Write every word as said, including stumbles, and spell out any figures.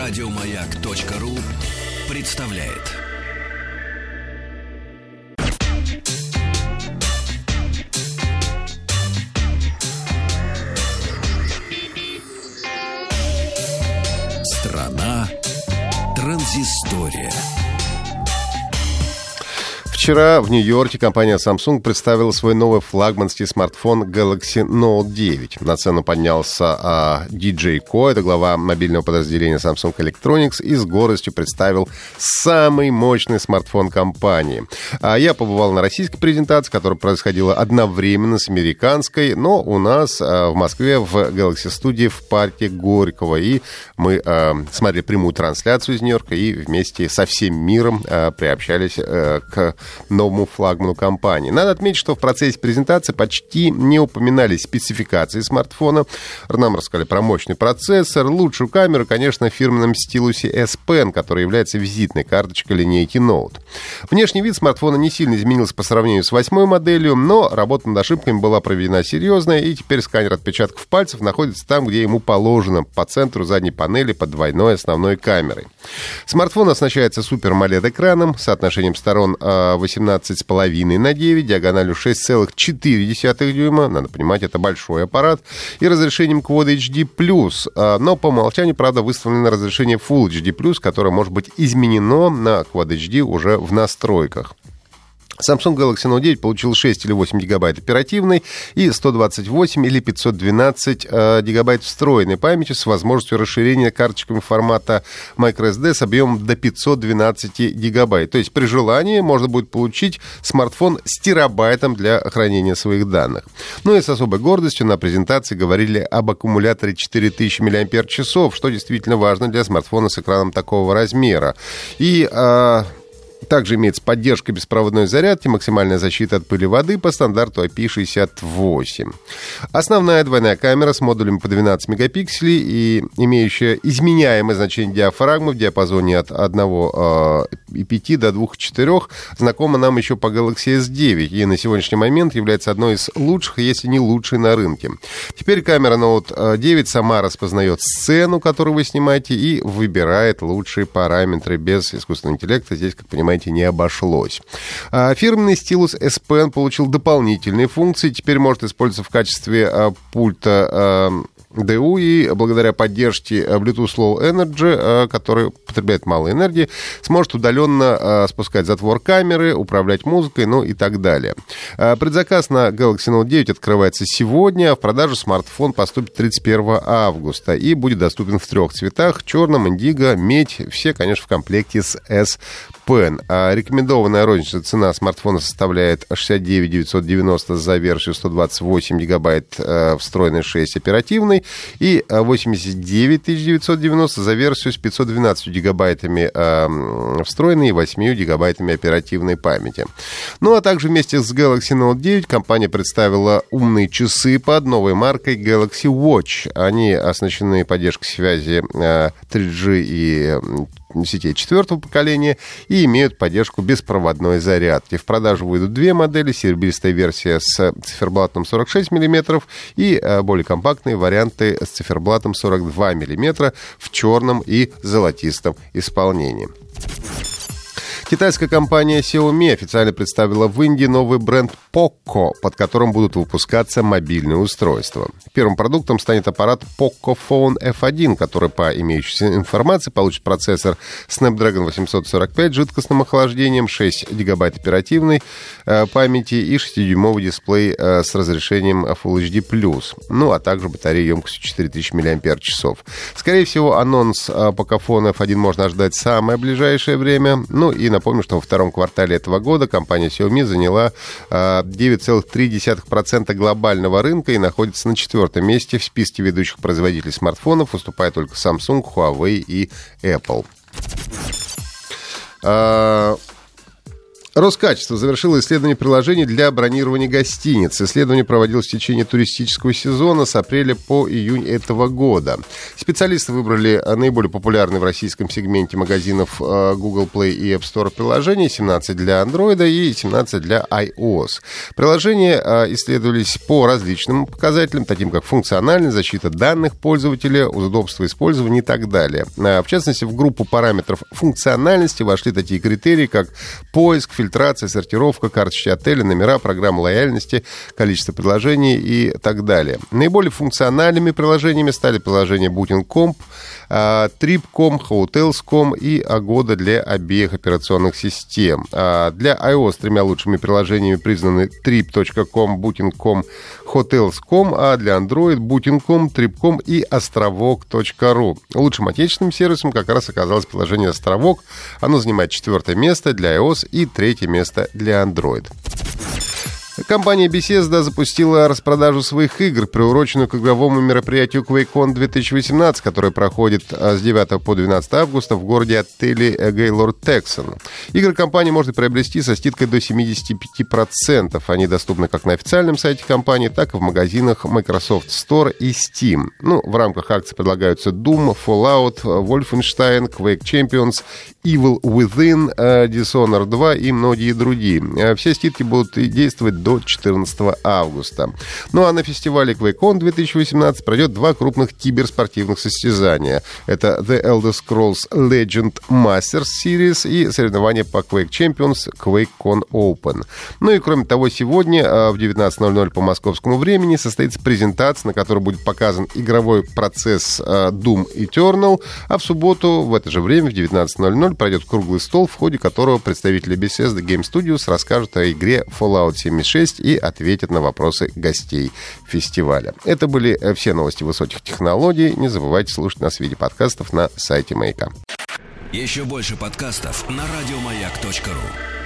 Радиомаяк.ру представляет. Страна транзистория. Вчера в Нью-Йорке компания Samsung представила свой новый флагманский смартфон Galaxy Note девять. На цену поднялся а, Ди Джей Ко, это глава мобильного подразделения Samsung Electronics, и с гордостью представил самый мощный смартфон компании. А я побывал на российской презентации, которая происходила одновременно с американской, но у нас а, в Москве в Galaxy студии в парке Горького. И мы а, смотрели прямую трансляцию из Нью-Йорка и вместе со всем миром а, приобщались а, к новому флагману компании. Надо отметить, что в процессе презентации почти не упоминались спецификации смартфона. Нам рассказали про мощный процессор, лучшую камеру, конечно, в фирменном стилусе S Pen, который является визитной карточкой линейки Note. Внешний вид смартфона не сильно изменился по сравнению с восьмой моделью, но работа над ошибками была проведена серьезная, и теперь сканер отпечатков пальцев находится там, где ему положено, по центру задней панели под двойной основной камерой. Смартфон оснащается Super AMOLED-экраном с соотношением сторон восемнадцать целых пять десятых на девять, диагональю шесть целых четыре десятых дюйма, надо понимать, это большой аппарат, и разрешением Quad эйч ди плюс, но по умолчанию, правда, выставлено разрешение Full эйч ди плюс, которое может быть изменено на Quad эйч ди уже в настройках. Samsung Galaxy Note девять получил шесть или восемь гигабайт оперативной и сто двадцать восемь или пятьсот двенадцать э, гигабайт встроенной памяти с возможностью расширения карточками формата microSD с объемом до пятьсот двенадцать гигабайт. То есть при желании можно будет получить смартфон с терабайтом для хранения своих данных. Ну и с особой гордостью на презентации говорили об аккумуляторе четыре тысячи миллиампер-часов, что действительно важно для смартфона с экраном такого размера. И... Э, Также имеется поддержка беспроводной зарядки, максимальная защита от пыли воды по стандарту ай пи шестьдесят восемь. Основная двойная камера с модулем по двенадцать мегапикселей и имеющая изменяемое значение диафрагмы в диапазоне от одного и пяти до двух и четырёх знакома нам еще по Galaxy эс девять и на сегодняшний момент является одной из лучших, если не лучшей на рынке. Теперь камера Note девять сама распознает сцену, которую вы снимаете, и выбирает лучшие параметры. Без искусственного интеллекта здесь, как понимаете, не обошлось. А фирменный стилус S Pen получил дополнительные функции. Теперь может использоваться в качестве а, пульта а, ди ю, и благодаря поддержке Bluetooth Low Energy, который потребляет мало энергии, сможет удаленно спускать затвор камеры, управлять музыкой, ну и так далее. Предзаказ на Galaxy Note девять открывается сегодня, а в продажу смартфон поступит тридцать первого августа и будет доступен в трех цветах: черном, индиго, медь, все, конечно, в комплекте с S Pen. А рекомендованная розничная цена смартфона составляет шестьдесят девять тысяч девятьсот девяносто за версию сто двадцать восемь гигабайт э, встроенной шесть оперативной и восемьдесят девять тысяч девятьсот девяносто за версию с пятьсот двенадцатью гигабайтами э, встроенной и восемью гигабайтами оперативной памяти. Ну а также вместе с Galaxy Note девять компания представила умные часы под новой маркой Galaxy Watch. Они оснащены поддержкой связи э, три джи и сетей четвертого поколения и имеют поддержку беспроводной зарядки. В продажу выйдут две модели: серебристая версия с циферблатом сорок шесть миллиметров и более компактные варианты с циферблатом сорок два миллиметра в черном и золотистом исполнении. Китайская компания Xiaomi официально представила в Индии новый бренд Poco, под которым будут выпускаться мобильные устройства. Первым продуктом станет аппарат Pocophone эф один, который по имеющейся информации получит процессор Snapdragon восемьсот сорок пять с жидкостным охлаждением, шесть гигабайт оперативной э, памяти и шестидюймовый дисплей э, с разрешением Full эйч ди плюс, ну а также батарея емкостью четыре тысячи миллиампер-часов. Скорее всего, анонс э, Pocophone эф один можно ожидать в самое ближайшее время. Ну и напомню, что во втором квартале этого года компания Xiaomi заняла э, девять целых три десятых процента глобального рынка и находится на четвертом месте в списке ведущих производителей смартфонов, уступая только Samsung, Huawei и Apple. Роскачество завершило исследование приложений для бронирования гостиниц. Исследование проводилось в течение туристического сезона с апреля по июнь этого года. Специалисты выбрали наиболее популярные в российском сегменте магазинов Google Play и App Store приложения, семнадцать для Android и семнадцать для iOS. Приложения исследовались по различным показателям, таким как функциональность, защита данных пользователя, удобство использования и так далее. В частности, в группу параметров функциональности вошли такие критерии, как поиск, фильтрация, сортировка, карточки отеля, номера, программа лояльности, количество приложений и так далее. Наиболее функциональными приложениями стали приложения Booking точка ком, Trip точка ком, Hotels точка ком и Agoda для обеих операционных систем. Для iOS тремя лучшими приложениями признаны Trip точка ком, Booking точка ком, Hotels точка ком, а для Android Booking точка ком, Trip точка ком и Островок точка ру. Лучшим отечественным сервисом как раз оказалось приложение Островок. Оно занимает четвертое место для iOS и третье место для Android. Компания Bethesda запустила распродажу своих игр, приуроченную к игровому мероприятию QuakeCon две тысячи восемнадцать, которое проходит с девятого по двенадцатое августа в городе отеле Gaylord Texan. Игры компании можно приобрести со скидкой до семьдесят пять процентов. Они доступны как на официальном сайте компании, так и в магазинах Microsoft Store и Steam. Ну, в рамках акции предлагаются Doom, Fallout, Wolfenstein, Quake Champions, Evil Within, Dishonored два и многие другие. Все скидки будут действовать до четырнадцатого августа. Ну а на фестивале QuakeCon две тысячи восемнадцать пройдет два крупных киберспортивных состязания. Это The Elder Scrolls Legend Masters Series и соревнования по Quake Champions QuakeCon Open. Ну и кроме того, сегодня в девятнадцать ноль ноль по московскому времени состоится презентация, на которой будет показан игровой процесс Doom Eternal, а в субботу в это же время в девятнадцать ноль ноль пройдет круглый стол, в ходе которого представители Bethesda Game Studios расскажут о игре Fallout семьдесят шесть и ответят на вопросы гостей фестиваля. Это были все новости высоких технологий. Не забывайте слушать нас в виде подкастов на сайте Маяка. Еще больше подкастов на радиомаяк точка ру.